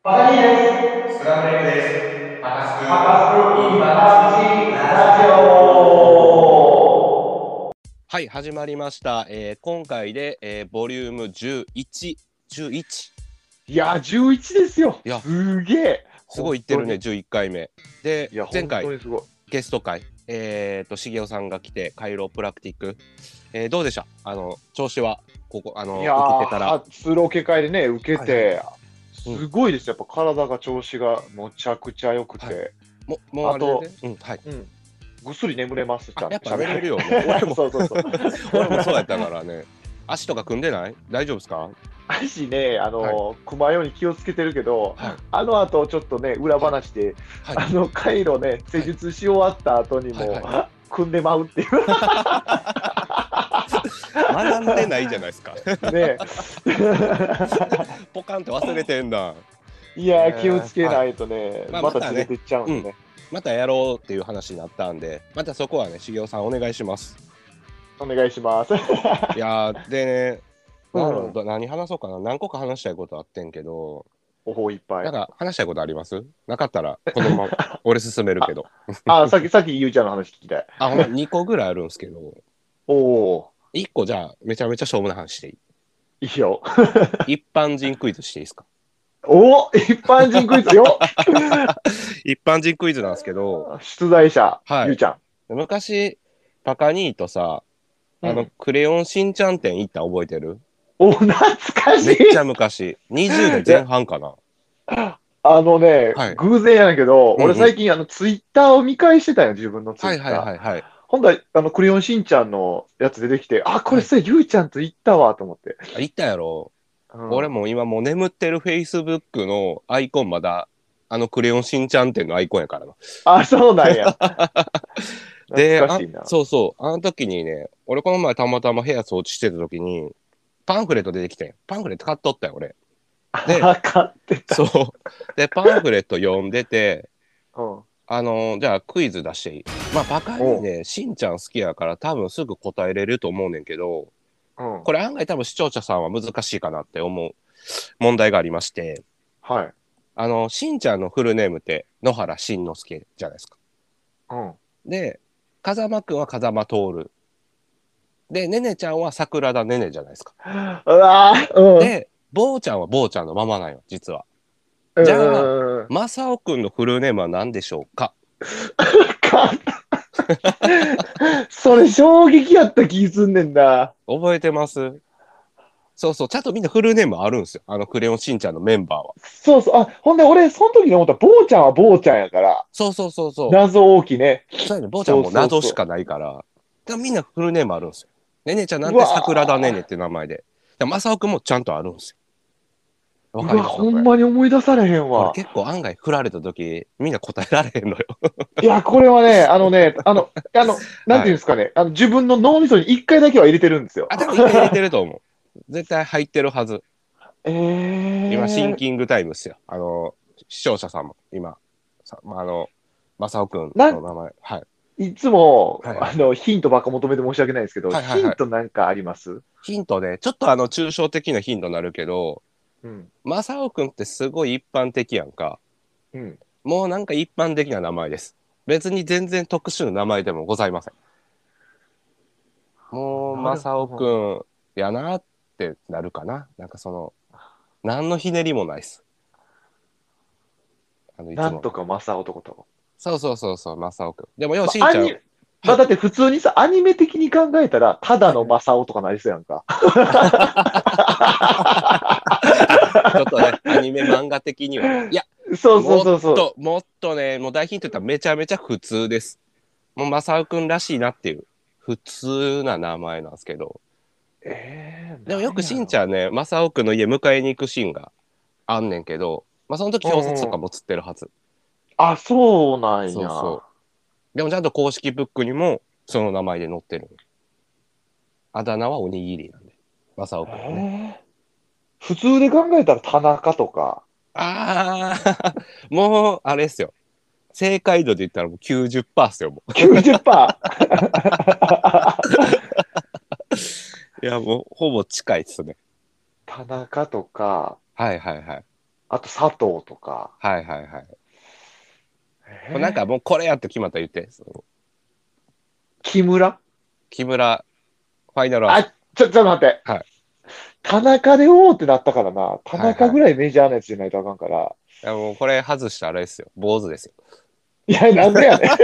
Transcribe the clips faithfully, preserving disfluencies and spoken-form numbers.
バカニーです。 スクランブルエッグです。パカスパカスクク一一般般人人ラジラジオ。 オ。 はい、始まりました。えー今回で、えーボリュームじゅういち、じゅういち。 いや、じゅういちですよ。 いやすげえ。 すごいいってるね、 本じゅういっかいめ。で、 当にいや、本当前回にすごい。 ゲスト会、えーと、しげおさんが来て、カイロプラクティック。えーどうでしたあの、調子は、ここ、あの、 いやー、 受けてから。 初ロケ会でね、受けて、 うんすごいですよ。やっぱ体が調子がむちゃくちゃ良くて、 はいももうあれあと、 で、うん、はい。 うん、ぐっすり眠れます、ちゃあ、 んやっぱと喋る。 寝れるよね。俺も、 そうそうそう。 俺もそうやったからね。足とか組んでない？大丈夫ですか？ 足ね、あはい。 の、組まんように気をつけてるけど、 はい。 あの後ちょっとね、裏はい。 話で、 はい。 あの回路ね、施術し終わった後にも、 はいはい。 組んでまうっていう学んでないじゃないですか。 ね。 ポカンって忘れてんだ。 いや、気をえーはい。 つけないとね、 まあ、 ままたね、 たずれていっちゃううん、 んでね。 またやろうっていう話になったんで、またそこはね、しげおさんお願いします。 お願いします。 いやー、でね、なんやろ、 うん。 ど何話そうかな、何個か話したいことあってんけど、 おほいっぱい。 なんか話したいことあります？なかったら、このまま、俺進めるけあ、 ど。 あ、さっき、さっきゆうちゃんの話聞きたい。 あ、ほんまにこぐらいあるんですけど、 おおいっこじゃあ、めちゃめちゃしょうもない話していー、いいよ。 い？一般人クイズしていいですか？ おお、一般人クイズよ。 一般人クイズなんですけど、 出題者、 はい。 ゆうちゃ昔、パカニーとさ、 ん。うあの、 ん。 クレヨンしんちゃん展行った覚えてる？ お、懐かしい。 めっちゃ昔、にじゅう代いや、 前半かな。 あのね、 はい。 偶然やねんけど、 うんうん。 俺最近あのツイッターを見返してたよ、自分のツイはいはいッター。 はいはい。 ほんだら、あの、クレヨンしんちゃんのやつ出てきて、あ、こはい。 れさ、ゆうちゃんと行ったわ、と思って。 あ、行ったやろ。 うん。 俺も今もう眠ってる Facebook のアイコンまだ、あのクレヨンしんちゃん展のアイコンやからな。 あ、そうなんや。懐で、あ、 かしいな。 そうそう、あの時にね、俺この前たまたま部屋掃除してた時に、パンフレット出てきてん。パンフレット買っとったよ、俺。で、 あ、買ってた。 そう。で、パンフレット読んでて、 うん。 あのーじゃあクイズ出していい？まあ、バカにおう。 ね、しんちゃん好きやから多分すぐ答えれると思うねんけど、 うん。 これ案外多分視聴者さんは難しいかなって思う問題がありまして、 はい。 あの、しんちゃんのフルネームって野原しんのすけじゃないですか。 うん。 で、風間くんは風間徹。で、ねねちゃんは桜田ねねじゃないですか。 うわー、うん。 で、坊ちゃんは坊ちゃんのままなんよ、実は。 うじゃあ、 ん。うん。 まさおくんのフルネームは何でしょうか？ かそれ衝撃やった気すんねんな。 覚えてます？そうそう、ちゃんとみんなフルネームあるんですよ。あの、クレヨンしんちゃんのメンバーは。 そうそう。あ、ほんで俺、その時に思った、坊ちゃんは坊ちゃんやから、 そうそうそうそう。 謎大きいね。 そうやね、坊ちゃんそうもそうそ謎しかないから。でもみんなフルネームあるんですよ。ねねちゃんなう。うんて桜田ねねっわて名前で。で、まさおくんもちゃんとあるんですよ。わー、うわ、 かりますかこれ？ ほんまに思い出されへんわ。 これ結構案外振られた時、みんな答えられへんのよ。 いや、これはね、あのね、あの、あの、なんはい。 ていうんですかね、あの、自分の脳みそに一回だけは入れてるんですよ。 あ、多分一回入れてると思う。絶対入ってるはず。今、シンえー、 キングタイムっすよ。あの、視聴者さんも今、さ、まあ、あの、まさおくんなんの名前。はい。 いつも、 はいはいはい。 あの、ヒントばっか求めて申し訳ないですけど、ヒンはいはいはい。 トなんかあります？ ヒントで、ちょっとあの、抽象的なヒントになるけど、 うん。 まさおくんってすごい一般的やんか。 うん。 もうなんか一般的な名前です。別に全然特殊な名前でもございません。もう、 なるまさおくほど。 んやなってなるかな。なんかその、何のひねりもないっす。あの、いつも。 なんとか正男と。 そうそうそうそう、まさおくん。でも、よう、 まあ、 しんちゃん、 アニ、まあ、 はい。 だって普通にさ、アニメ的に考えたら、ただはい。 の正雄とかなりそうやんか。 あ、ちょっとね、アニメ漫画的にはね。いや、 そうそうもっそうそう。 と、もっとね、もう大ヒント言ったらめちゃめちゃ普通です。もう、まさおくんらしいなっていう、普通な名前なんですけど。 えー、 でもよくしなんやろ。 んちゃんね、まさおくんの家迎えに行くシーンがあんねんけど、まあ、その時うんうん。 表札とかも写ってるはず。 あ、そうなんや。 そうそう。でもちゃんと公式ブックにもその名前で載ってる。あだ名はおにぎりなんで。まさおくんのね。 えー、普通で考えたら田中とか。 ああ、もう、あれっすよ。正解度で言ったらもうきゅうじゅっパーセントっすよ、もう。 きゅうじゅっパーセント。 いや、もう、ほぼ近いっすね。 田中とか、 はいはいはい。 あと佐藤とか。 はいはいはい。 えーなんかもうこれやって決まったら言って。その木村。 木村、ファイナルアンあ、 サちょ、ちょっと待って。 ー。はい。 田中でおーってなったからな。田はいはい。 中ぐらいメジャーなやつじゃないとあかんから。 いやもうこれ外したらあれですよ。坊主ですよ。 いや、なんでやねん。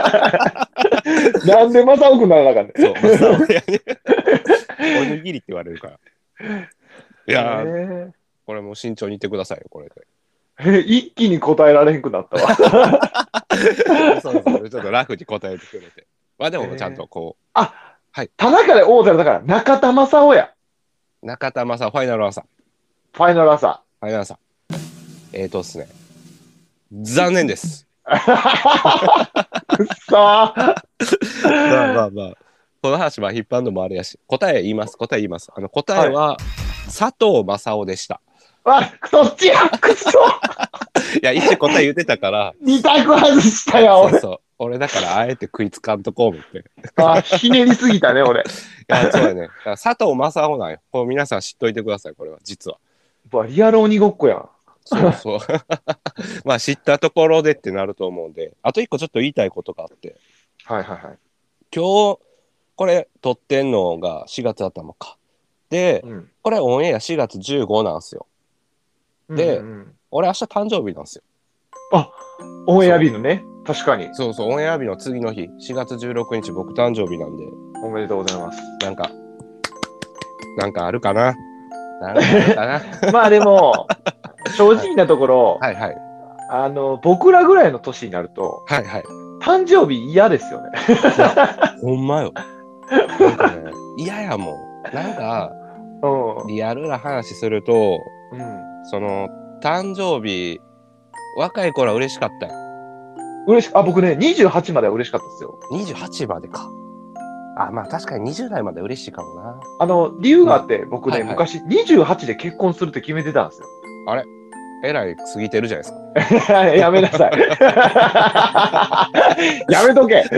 なんで正雄くんならなあかんねん。 そう、マサオやね。おにぎりって言われるから。いやー、 えこれもう慎重に言ってくださいよ、これで。 ー、え一気に答えられへんくなったわ。 そうそう、ちょっとラフに答えてくれて。まあでもちゃんとこう、 あ、 はい。 田中で王者だから、中田正雄や。 中田正ファイナルアンサー。 ファイナル朝。 ファイナルアンサー。えーとっすね。残念です。 くっそー。 まあまあまあ。この話は引っ張るのもあれやし。答え言います。答え言います。あの答えは、佐藤正夫でした。 あ、そっちや。くっそ。 いや、一応答え言ってたから。 二択外したや、俺。 そうそう。俺だからあえて食いつかんとこう思って。 あ、ひねりすぎたね、俺。 いや、そうやね。だから佐藤正夫なんよ。こう皆さん知っといてください、これは、実は。 うわ、リアル鬼ごっこやん。 そうそう。まあ知ったところでってなると思うんで、あと一個ちょっと言いたいことがあって、 はいはいはい。 今日、これ撮ってんのがしがつ頭か。で、 うん。 これオンエアしがつじゅうごなんですよ。で、 うんうんうん、 俺明日誕生日なんですよ。 あ、オンエア日のね。確かに。 そうそう、オンエア日の次の日、しがつじゅうろくにち僕誕生日なんで、 おめでとうございます。 なんか、なんかあるかななんかあるかなまあでも、正直なところ、 はいはい。 あの、僕らぐらいの年になると、 はいはい。 誕生日嫌ですよね。 ほんまよ。なんかね、嫌やもん。なんか、 うリアルな話すると、 ん。うん。 その、誕生日、若い頃は嬉しかったよ。 嬉しあ、僕ね、にじゅうはちまでは嬉しかったですよ。 にじゅうはちまでか。あ、まあ確かににじゅう代まで嬉しいかもな。 あの、理由があって、僕ね、 はいはい昔にじゅうはちで結婚するって決めてたんですよ。 あれえらい過ぎてるじゃないですか。 やめなさい。やめとけ。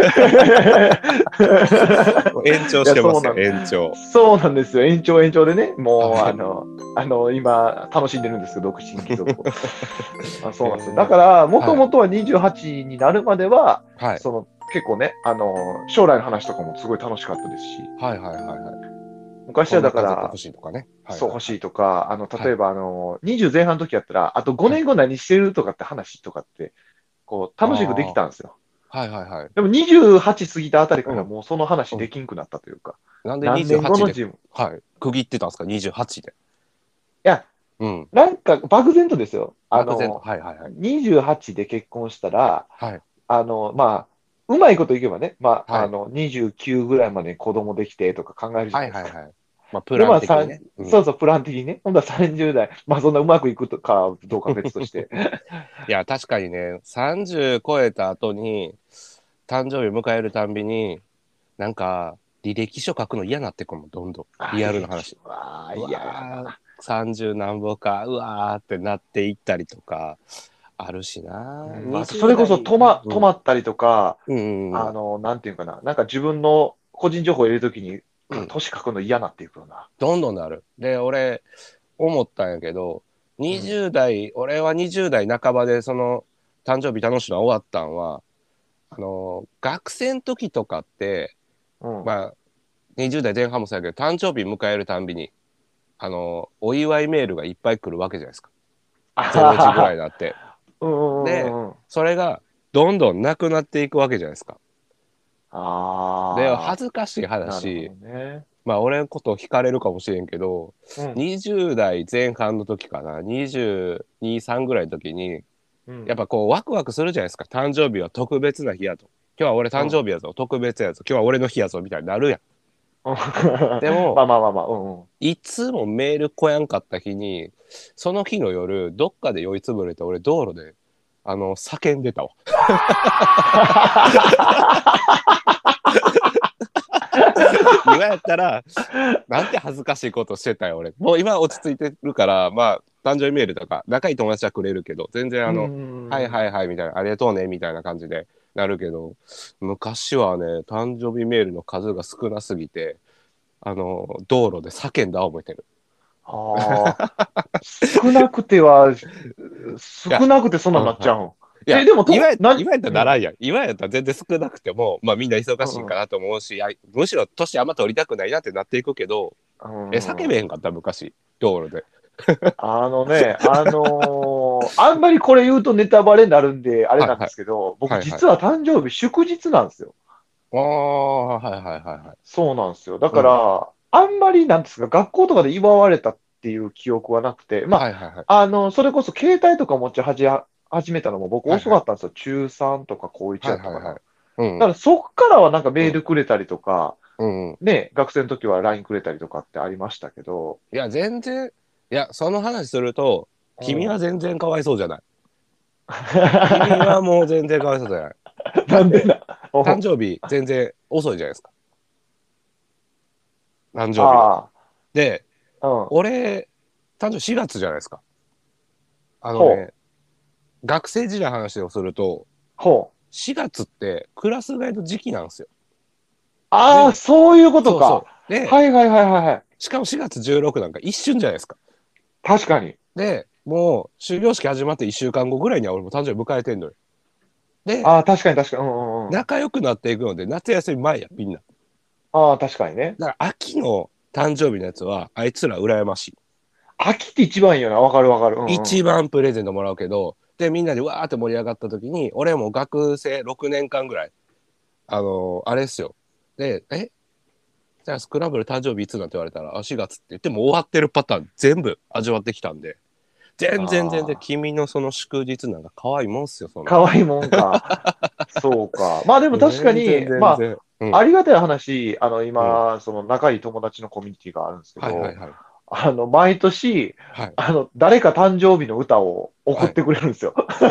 延長してますよ、 いや延長。 そうなんですよ。延長延長でね、もう、 はいあの、あの、今、楽しんでるんですけど、独身貴族を。あそうなんですよ。 へーだから、もともとはにじゅうはちになるまでは、 はい。 その、結構ね、あの、将来の話とかもすごい楽しかったですし、 はいはいはいはい。 昔はだかこんな家族ら欲、しいとかね。はいそう欲しいとか、あの、 はい例えば、あの、にじゅう前半の時やったら、あとごねんご何してるとかって話とかって、こう、楽しくできたんですよ。 はいはいはい。 でもにじゅうはち過ぎたあたりからうんもうその話できんくなったというか、 なんで何年後にじゅうはちで、 の自分。いはい、区切ってたんですか ?にじゅうはち で。 や、 うん。 なんか漠然とですよ。あ漠然と。 の、 はいはいはい。 にじゅうはちで結婚したら、 はい。 あの、まあ、うまいこといけばね、まあ、 はいあの、にじゅうきゅうぐらいまで子供できてとか考えるじゃないですか。 はいはいはい。まあ、プで、まあ、 ラン的にさんね。うんそうそう、プラン的にね。ほんだらさんじゅう代、まあ、そんなうまくいくとかどうかは別として。 いや、確かにね、さんじゅう超えた後に、誕生日迎えるたんびに、なんか、履歴書書くの嫌なってくるもん、どんどん。リアルな話。 ああ、 ういややわな。 ー、さんじゅう何ぼか、うわーってなっていったりとか、あるしな。 うん、あとそれこそ止ま、止まったりとか、 うんうんうん。 あの、なんていうかな、なんか自分の個人情報を入れるときに、 うん年書くの嫌なっていうかな。 どんどんなる。で、俺、思ったんやけど、にじゅう代、俺はにじゅう代半ばで、その、誕生日楽しいの終わったんは、あの、学生の時とかって、 うん。 まあ、にじゅう代前半もそうやけど、誕生日迎えるたんびに、あの、お祝いメールがいっぱい来るわけじゃないですか。ゼロ時ぐらいになって。 うんうんうんで、 うん。 それが、どんどんなくなっていくわけじゃないですか。で、 あ恥ずかしいあ、なる話、 ほどね。 まあ、俺のこと惹かれるかもしれんけど、 うんにじゅう代前半の時かな、にじゅうに、さんぐらいの時に、 うんやっぱこうワクワクするじゃないですか。誕生日は特別な日やと。今日は俺誕生日やぞ、特別やぞ、今日は俺の日やぞみたいになるやん。でもまあまあまあまあ、うんうん。 いつもメール来やんかった日に、その日の夜どっかで酔いつぶれて俺道路であの叫んでたわ。今やったらなんて恥ずかしいことしてたよ俺。もう今は落ち着いてるからまあ誕生日メールとか仲いい友達はくれるけど全然あの「はいはいはい」みたいな「ありがとうね」みたいな感じでなるけど、昔はね誕生日メールの数が少なすぎてあの道路で叫んだ覚えてる。 ああ、少なくては、少なくてそんなんなっちゃうん。 いや、 え、でもと今やな今やったらならんやん。今やったら全然少なくても、まあみんな忙しいかなと思うし、あむしろ年あんま取りたくないなってなっていくけど、え、叫べへんかった昔、道路で。 あのね、あのーあんまりこれ言うとネタバレになるんで、あれなんですけど、僕はいはい実は誕生日祝日なんですよ。 ああ、はいはいはいはい。 そうなんですよ。だから、あんまりなんですか、学校とかで祝われたっていう記憶はなくて、まあ、 はいはいはい。 あの、それこそ携帯とか持ちはじ始めたのも僕はいはい遅かったんですよ。中さんとか高いちはやったかな。 いはいはい。うんだからそっからはなんかメールくれたりとか、 うんうん。 ね、学生の時は ライン くれたりとかってありましたけど、 いや、全然、いや、その話すると、君は全然かわいそうじゃない。君はもう全然かわいそうじゃない。だってなんでな。 誕生日全然遅いじゃないですか。誕生日が。 あで、 あ、うん。 俺、誕生日しがつじゃないですか。あのほう、 ね、学生時代の話をすると、 ほう。 しがつってクラス替えの時期なんですよ。 ああ、 で、 そういうことか。 そうそう。で、 はいはいはいはいはい。 しかもしがつじゅうろくなんか一瞬じゃないですか。 確かに。 で、もう終業式始まっていっしゅうかんごぐらいには俺も誕生日迎えてんのよ。で、 ああ、確かに確かに。うんうんうん。 仲良くなっていくので夏休み前や、みんな。 ああ、確かにね。 だから秋の誕生日のやつはあいつら羨ましい。 秋って一番いいよな。わかるわかる。うんうん。 一番プレゼントもらうけど、で、みんなでわーって盛り上がった時に、俺も学生ろくねんかんぐらい、あのーあれっすよ。で、えじゃあスクランブル誕生日いつなんて言われたら、あ、しがつって言っても終わってるパターン全部味わってきたんで、全然全然ああ、 君のその祝日なんか可愛いもんっすよ、そんな。 可愛いもんか。そうか。まあでも確か全然に、ま全然。うあ、 ん。 ありがたい話、あの、 うん。 今、その仲いい友達のコミュニティがあるんですけど、 はいはいはい。 あの、毎年、 はい。 あの、誰か誕生日の歌を送はい。 ってくれるんですよ。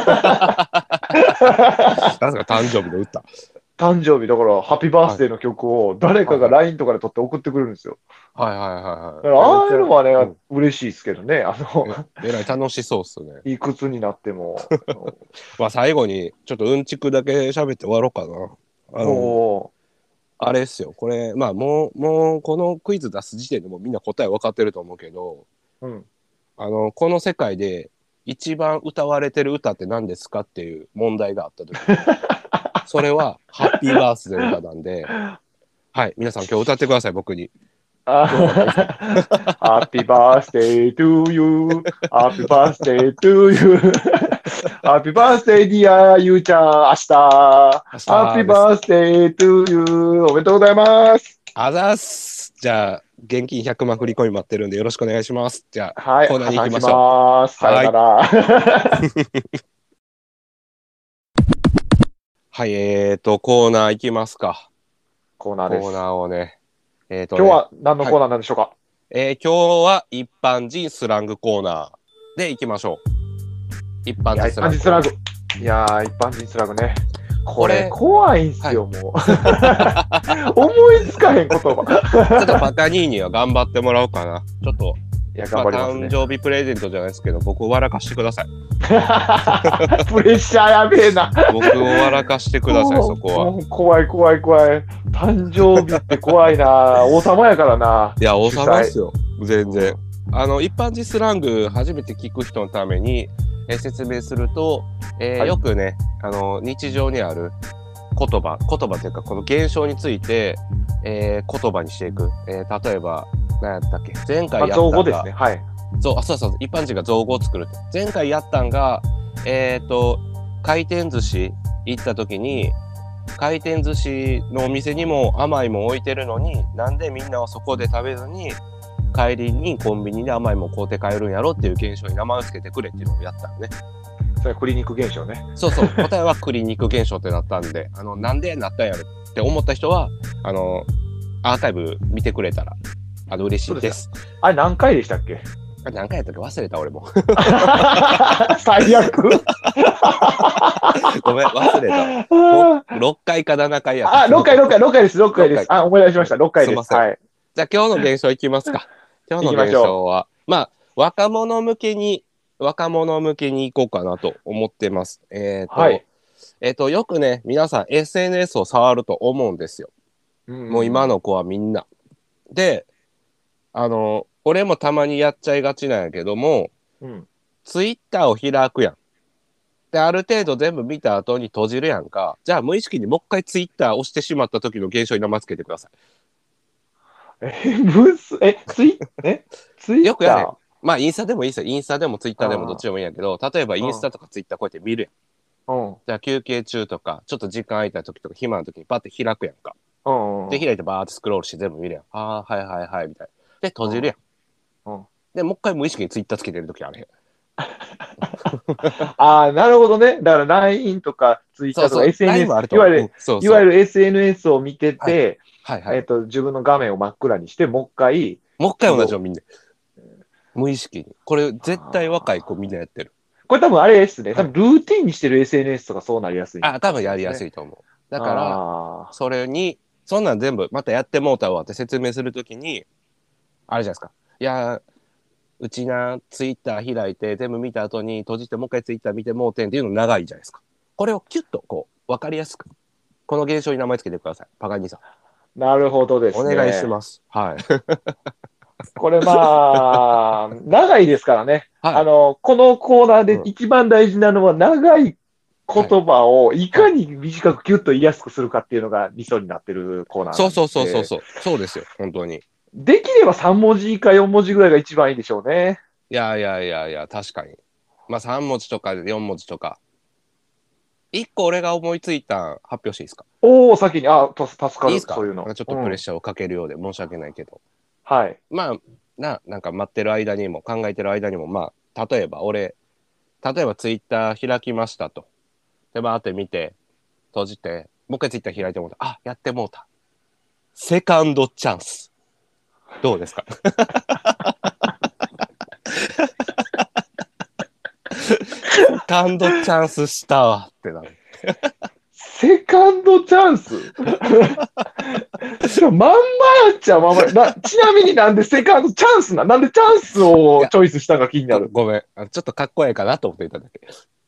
なんすか、誕生日の歌。 誕生日、だから、ハッピーバーはい。 スデーの曲を誰かがはいはい。 ライン とかで撮って送ってくれるんですよ。 はいはいはいだから、 はい。え、めっああちゃ、 いうのはね、 うん。 嬉しいですけどね。あの、 え、えらい楽しそうっすね。 いくつになっても。 まあ最後に、ちょっとうんちくだけ喋って終わろうかな。あの、 おあれっすよ。これ、まあもう、もう、このクイズ出す時点でもうみんな答え分かってると思うけど、 ー、うん。 あの、この世界で一番歌われてる歌って何ですかっていう問題があった時に、それは、ハッピーバースデーの歌なんで、はい、皆さん今日歌ってください、僕に。 あどうなっていいですか？ Happy birthday to you. Happy birthday to you. Happy birthday, dear ゆうちゃん、明日。 明 Happy 日です。 birthday to you. おめでとうございます。 あざっす。じゃあ、現金ひゃくまん振り込み待ってるんでよろしくお願いします。じゃあ、 はい、 コーナー破産しに行きましょます。 う。はい。 さよなら。 はい、えーと、コーナー行きますか。 コーナーでコーナす。 ーをね。えーとね。 今日は何のはい。 コーナーなんでしょうか？ えー今日は一般人スラングコーナーで行きましょう。一般いや、 人一スラングコーナー。 般人スラグ。いやー、一般人スラグね。これ、 これ、 怖いんすはい。 よ、もう。思いつかへん言葉。 ちょっとバカ兄には頑張ってもらおうかな。ちょっと、 いや、 まあ、 頑張りますね。 誕生日プレゼントじゃないですけど、僕を笑かしてください。 プレッシャーやべえな。 僕を笑かしてください、そこは。 もう怖い怖い怖い。誕生日って怖いな。王様やからな。 いや、王主催様っすよ。全然。あの、一般人スラング初めて聞く人のために、えー説明すると、えーはいよくね、あの、日常にある言葉、言葉というか、この現象について、えー言葉にしていく。えー例えば、何やったっけ前回まあ、 やったんが、 造語ですね。はい。 そう、あ、そうそう、一般人が造語を作るって。前回やったんが、えっと、回転寿司行った時に、回転寿司のお店にも甘いもん置いてるのに、なんでみんなはそこで食べずに、帰りにコンビニで甘いもん買うて帰るんやろっていう現象に名前を付けてくれっていうのをやったのね。 それはクリニック現象ね。 そうそう、答えはクリニック現象ってなったんで、あの、なんでなったんやろって思った人は、あの、アーカイブ見てくれたら、あの、嬉しいです。 あれ何回でしたっけ？ あれ何回やったっけ忘れた俺も。 最悪。 ごめん、忘れた。ろっかいかななかいやった。 あ、ろっかい、ろっかい、ろっかいです、ろっかいでろっす。あ、思い出しました。ろっかいです。 すいません。 はい。 じゃあ今日の現象いきますか。今日の現行きましょ象は、まあ、若者向けに、若者向けに行こうかなと思ってます。えっと、 はい。 えっと、よくね、皆さん エスエヌエス を触ると思うんですよ。 う。 もう今ん。 の子はみんな。で、あの、 俺もたまにやっちゃいがちなんやけども、 うん。 ツイッターを開くやん。で、ある程度全部見た後に閉じるやんか。じゃあ無意識にもう一回ツイッター押してしまった時の現象に名前つけてくださえ、むず、え、ツイ、え、ツイい。 ッよくやれ。 タまあインスタでもいいですよ。インスタでもツイッターでもどっちでもいいんやけど、例えばインスタとかツイッターこうやって見るやん。 ー？うん。 じゃあ休憩中とか、ちょっと時間空いた時とか暇な時にパッて開くやんか。 うん。 で、開いてバーってスクロールして全部見るやん。ああ、はいはいはい、みたいな。で、閉じるやん。 うん。 で、もう一回無意識にツイッターつけてる時あるへん。 ああ、なるほどね。だから ライン とか Twitter とかそうそう、ラインエスエヌエス、 もあると思う。ういわゆる、 ん、そうそう。 いわゆる エスエヌエス を見てはいて、 はいはい。 えっと、自分の画面を真っ暗にして、もう一回、 もう一回同じの見んねん。無意識に。これ絶対若い子みんなやってる。 これ多分あれですね。 はい多分ルーティンにしてる エスエヌエス とかそうなりやすい、 あ、多分やりやすい。 いと思う。だから、 あそれに、そんなん全部、またやってもうたわって説明するときに、あれじゃないですか。いや、うちな、ツイッター開いて、全部見た後に閉じて、もう一回ツイッター見てもうてんっていうの長いじゃないですか。これをキュッと、こう、わかりやすく、この現象に名前つけてください。パガニーさん。 あ、なるほどですね。 お願いします。はい。 これまあ、長いですからね。 はいあの、このコーナーで一番大事なのは長い言葉をいかに短くキュッと言いやすくするかっていうのが理想になってるコーナーなんで。 そうそうそうそうそう。そうですよ。本当に。 できればさん文字かよん文字ぐらいが一番いいでしょうね。 いやいやいやいや、確かに。まあさん文字とかよん文字とか。いっこ俺が思いついたん発表していいですか？ おお、先に、あ、と助かる、 いいですか？ そういうの。 ちょっとプレッうん、 シャーをかけるようで申し訳ないけど。 はい。 まあ、な、なんか待ってる間にも考えてる間にも、まあ、例えば俺、例えばツイッター開きましたと。で、バーって見て、閉じて、もう一回ツイッター開いてもうた。あ、やってもうた。セカンドチャンス。どうですか？セカンドチャンスしたわってなる。 セカンドチャンスまんまやっちゃまんまな。ちなみになんでセカンドチャンスななんでチャンスをチョイスしたか気になる。 ごめん。ちょっとかっこええかなと思っていただけ。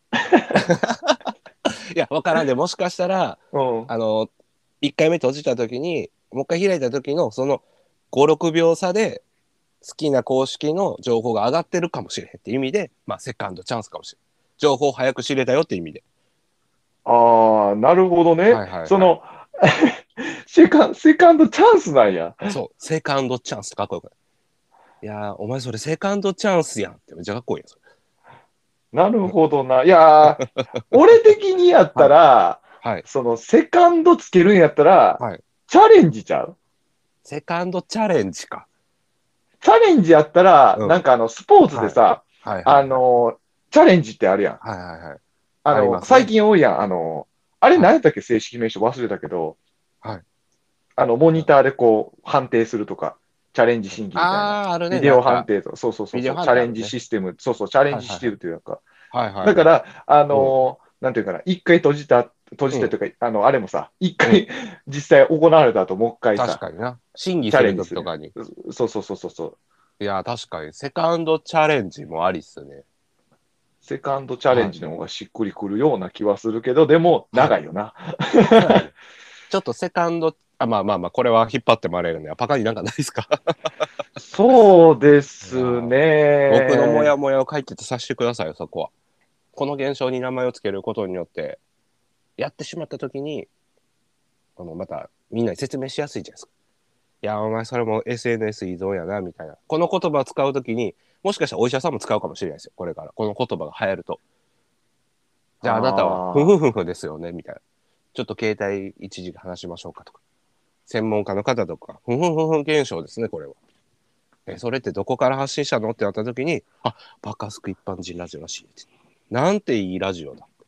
いや、わからんで、もしかしたら、 うん、 あの、いっかいめ閉じた時に、もう一回開いた時の、そのご、ろくびょう差で、好きな公式の情報が上がってるかもしれへんっていう意味で、まあ、セカンドチャンスかもしれん。情報を早く知れたよって意味で。 ああ、なるほどね。 はいはいはい、 そのセカン、セカンドチャンスなんや。 そう、セカンドチャンスかっこよくない？いやー、お前それセカンドチャンスやんってめっちゃかっこいいやん、それ。 なるほどな。いやー、俺的にやったら、 はい。 そのセカンドつけるんやったら、 はい。 チャレンジちゃうセカンドチャレンジか。 チャレンジやったら、 うんなんかあの、スポーツでさ、 はいはい。 あの、チャレンジってあるやん。 はいはいはい。 あの、 ありますね最近多いやん。あの、あれはい何やったっけ、正式名称忘れたけど、 はい。 あの、モニターでこう、判定するとか、チャレンジ審議みたいな。 あー、あるね。 ビデオなんか判定とか、そうそうそうそう、 ビデオ判チャレン定あるねジシステム、そうそう、チャレンジしてるというか。 はいはい。 だか、ら、あのーなんていうかな、一回閉じた、閉じてというか、あの、あれもさ、一回実際行われた後、もう一回さ、 確かにな。審議する時とかに。 そうそうそうそうそう。 いや、確かに。セカンドチャレンジもありっすね。 セカンドチャレンジの方がしっくりくるような気はするけど、でも、長いよな。 ちょっとセカンド、あ、まあまあまあ、これは引っ張ってもらえるんで、パカになんかないですか？ そうですね。 僕のモヤモヤを解決させてくださいよ、そこは。この現象に名前をつけることによって、やってしまった時に、あの、またみんなに説明しやすいじゃないですか。いや、お前それも エスエヌエス 依存やな、みたいな。この言葉を使うときに、もしかしたらお医者さんも使うかもしれないですよ、これから。この言葉が流行ると。じゃああなたは、ふんふんふんふんですよね、みたいな。ちょっと携帯一時話しましょうかとか。専門家の方とか、ふんふんふんふん現象ですね、これは。え、それってどこから発信したのってなったときに、あ、バカスク一般人ラジオらしい。なんていいラジオだ。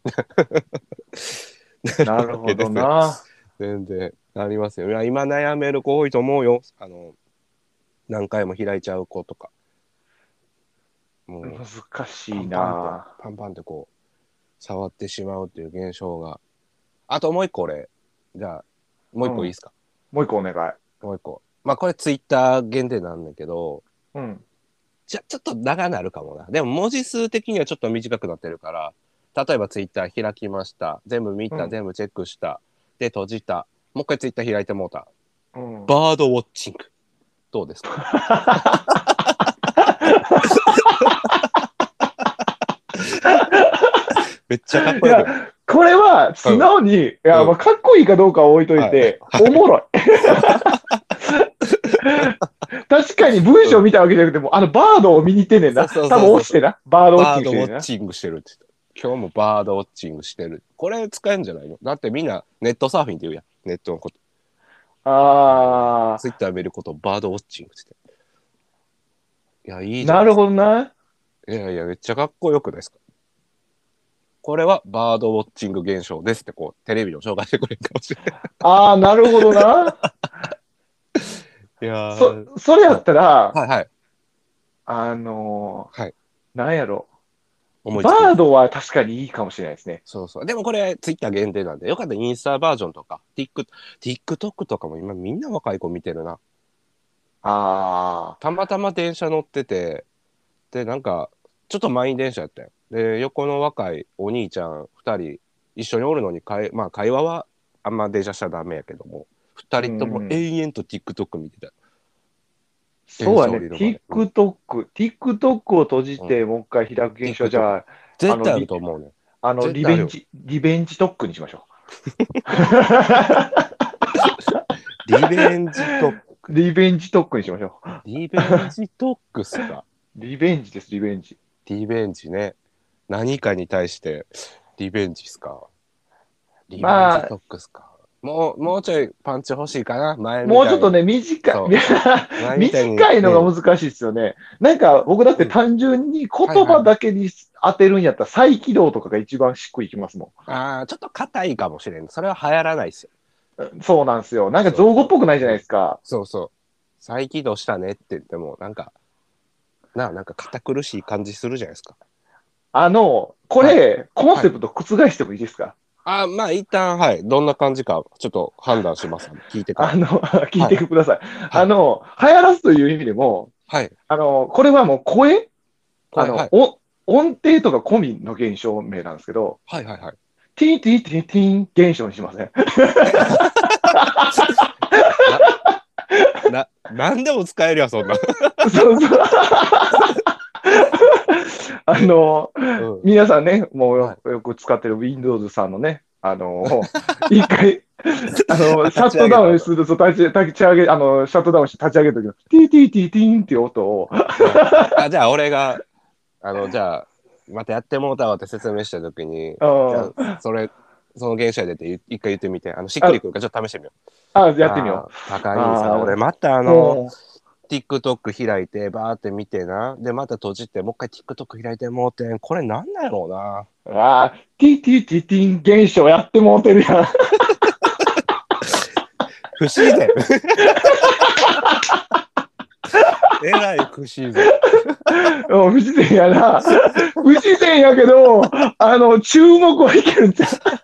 なるほどな。 全然ありますよ。いや、今悩める子多いと思うよ。あの、何回も開いちゃう子とか。もう難しいパンパンな。 って、パンパンってこう、触ってしまうっていう現象が。あともう一個俺、じゃあ、もう一個いいですか、 もう一個お願い。 もう一個。まあこれツイッター限定なんだけど、 うん。 じゃ、ちょっと長なるかもな。でも文字数的にはちょっと短くなってるから、例えばツイッター開きました。全部見た、 うん全部チェックした。で、閉じた。もう一回ツイッター開いてもうた。 うん、 バードウォッチング。どうですか？ めっちゃかっいこよくない？ や、これは素直に、いや、 うんまあ、かっこいいかどうかは置いといて、 はいおもろい。確かに文章見たわけじゃなくても、あのバードを見に行ってんねんな。 そうそうそうそう多分落ちてな。バードウォッバードウチングしてんねんな。 ォッチングしてるって言ってた。今日もバードウォッチングしてる。これ使えるんじゃないの？だってみんなネットサーフィンって言うやん。ネットのこと。 あツイッター見ることをバードウォッチングって言って。いや、いいー、 じゃん。 なるほどな。 いやいや、めっちゃかっこよくないですか？これはバードウォッチング現象ですってこうテレビを紹介してくれるかもしれない。 あー、なるほどな。 いやーそ、それやったら、 はいはい。 あのー、 はい。 なんやろ。 思いつきバードは確かにいいかもしれないですね。 そうそう。でもこれツイッター限定なんで、よかったらインスタバージョンとか、TikTok、TikTok とかも今みんな若い子見てるな。 あたまたま電車乗ってて、で、なんか、ちょっと満員電車やったよ。で、横の若いお兄ちゃんふたり一緒におるのに会、まあ会話はあんま電車したらダメやけども、ふたりとも永遠と TikTok 見てたよ。 そうやね。 電車降りるまで TikTok、TikTok を閉じて、もう一回開く現象じゃあ、 絶対あると思うね。 あの、 絶対あるよリベンジ、リベンジ特区にしましょリベンジトック。 う。リベンジ特区にしましょう。 リベンジトックっすか。 リベンジです、リベンジ。 リベンジね。何かに対してリベンジっすか。リベンジトックっすか。もう、もうちょいパンチ欲しいかな。前みたいにもうちょっとね、短そうい。 前みたいに短いのが難しいですよね。なんか、僕だって単純に言葉だけに当てるんやったら、再起動とかが一番しっくりきますもああ、ちょっと硬いかもしれん。それは流行らないっすよ。 ん。そうなんですよ。なんか造語っぽくないじゃないですか。 そうそう。再起動したねって言っても、なんか、なあ、なんか堅苦しい感じするじゃないですか。 あの、これ、コンセプト覆してもいいですか？ あ、まあ一旦、はい。どんな感じか、ちょっと判断します。聞いてから。 あの、聞いてください。あの、流行らすという意味でも、 はい。 あの、これはもう声あの、 はいお音程とか込みの現象名なんですけど、 はいはいはい。 ティーティーティーティーン現象にしません？ な、なんでも使えるや、そんな。 そうそう。あの、 うん皆さんね、もうよ,、 はよく使ってる Windows さんのね、あの、一回、あの、シャットダウンすると立ち立ち上げ、あの、シャットダウンして立ち上げるときの、ティーティーティーティーンっていう音を、 あ、じゃあ俺が、あの、じゃあ、またやってもうたわって説明したときに、じゃあそれ、その現象でって一回言ってみて、あの、しっくりくるからちょっと試してみよう。 あ、やってみよう。高いさ、 あー俺またあう。 の、 も TikTok 開いて、バーって見てな。で、また閉じて、もう一回 TikTok 開いてもうてん。これなんなんやろうな。 う、ああ、ティーティーティーティーン現象やってもうてるやん。 不自然。えらい不自然。 うん不自然やな。不自然やけど、あの、注目はいけるんちゃ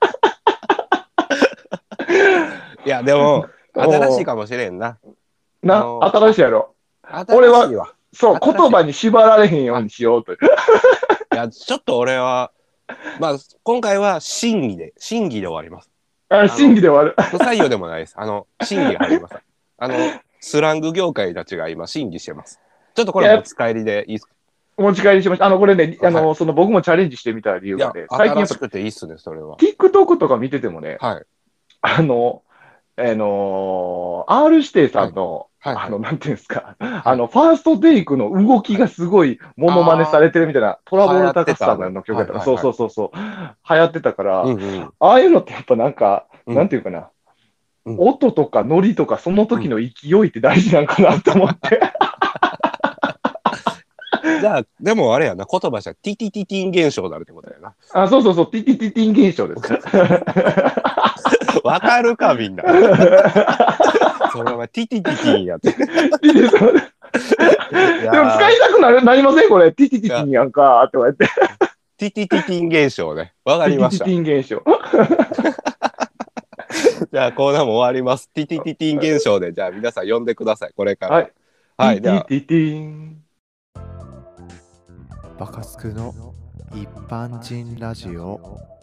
いや、でも、 お新しいかもしれんな。 う。なあの、 新しいやろ。 新しいわ。 そう、 新しい言葉に縛られへんようにしようという。 いや、ちょっと俺は、まあ、今回は審議で、審議で終わります。 あ、審議で終わる。 不採用でもないです。あの、審議が入ります。あの、スラング業界たちが今審議してます。ちょっとこれ持ち帰りでいいですか？ 持ち帰りしました。あの、これね、あの、 はその僕もチャレンジしてみた理由いやがね、、最近や新しっぱくていいっすね、それは。 TikTok とか見ててもね、 はい。 あの、あのー、R 指定さんの、 はいはいあの、なんていうんですか、あの、ファーストテイクの動きがすごいモノマネされてるみたいな、トラボルタカスさんの曲やったら、そう流行ってたねそうそうそう、流行ってたから、 うんうん。 ああいうのってやっぱなんか、 うんなんていうかな、 うん音とかノリとかその時の勢いって大事なんかなと思って。 じゃあ、でもあれやな、言葉じゃティティティティン現象になるってことやな。 あ、そうそうそう、ティティティティン現象です。 わかるか、みんな。それはティティティティンやって。 いいですよね。 いやでも使いたくなるなりませんこれ。ティティティティンやんかって言われて。 ティティティティン現象ね。わかりましたテ。ィティティティン現象。 じゃあ、コーナーも終わります。ティティティティン現象で、じゃあ皆さん呼んでください。これから。 はい。 はい。では、 ティティティティン。 バカスクの一般人ラジオ。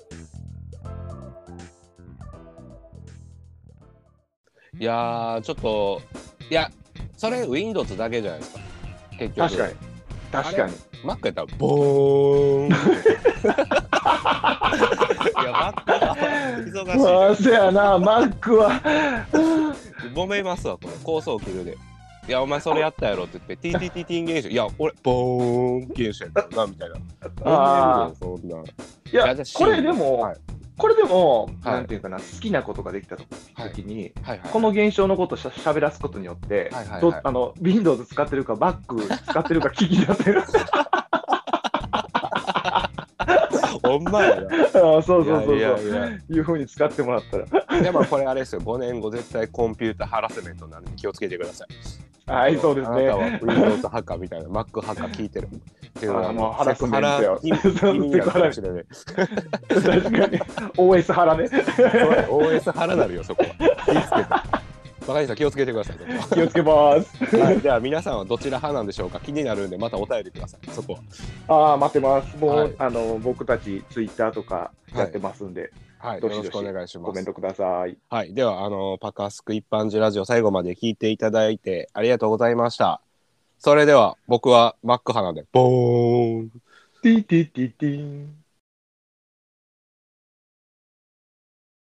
いやー、ちょっと、いや、それ Windows だけじゃないですか。結局。 確かに。確かに。 Mac やったら、ボーン。 や、マックは忙しい、 まあ、せやな、マックは。 揉めますわ、これ。高層来るで。いや、お前それやったやろって言って、ティーティーティーティー現象。いや、俺、ボーン現象やったな、みたいな。 あ揉めるよ、そんな。 いや、 いやじゃあこれでも、 はいこれでも、 はいなんていうかな、好きなことができたとはい時に、 はいはい。 この現象のことをしゃ喋らすことによって、 はいはいはいどあの Windows 使ってるか Mac 使ってるか聞き出せる。 ほんまやな。 あそうそうそうそういやいやいやいうふうに使ってもらったら。 でもこれあれですよ、ごねんご絶対コンピュータハラスメントになるんで気をつけてください。 はい、そうですあなたはね。 Windows ハッカーみたいな、Mac ハッカー聞いてる。っていうのはあもうハラスメントセクハラよ意味になるかもしれない。 確かに オーエス 腹ね。 オーエス ハラなるよ、そこは。気をつけて。バカにさん気をつけてください。そこは気をつけます。 はい、では皆さんはどちら派なんでしょうか。気になるんでまたお便りください。そこは。 ああ、待ってます。もう、 はいあの僕たち Twitter とかやってますんで、 はい、 どしどしよろしくお願いしますコメント。ください。 はい、ではあのパカスク一般人ラジオ最後まで聞いていただいてありがとうございました。それでは僕はマック派なんでボーン。 ティーティーティーティーン。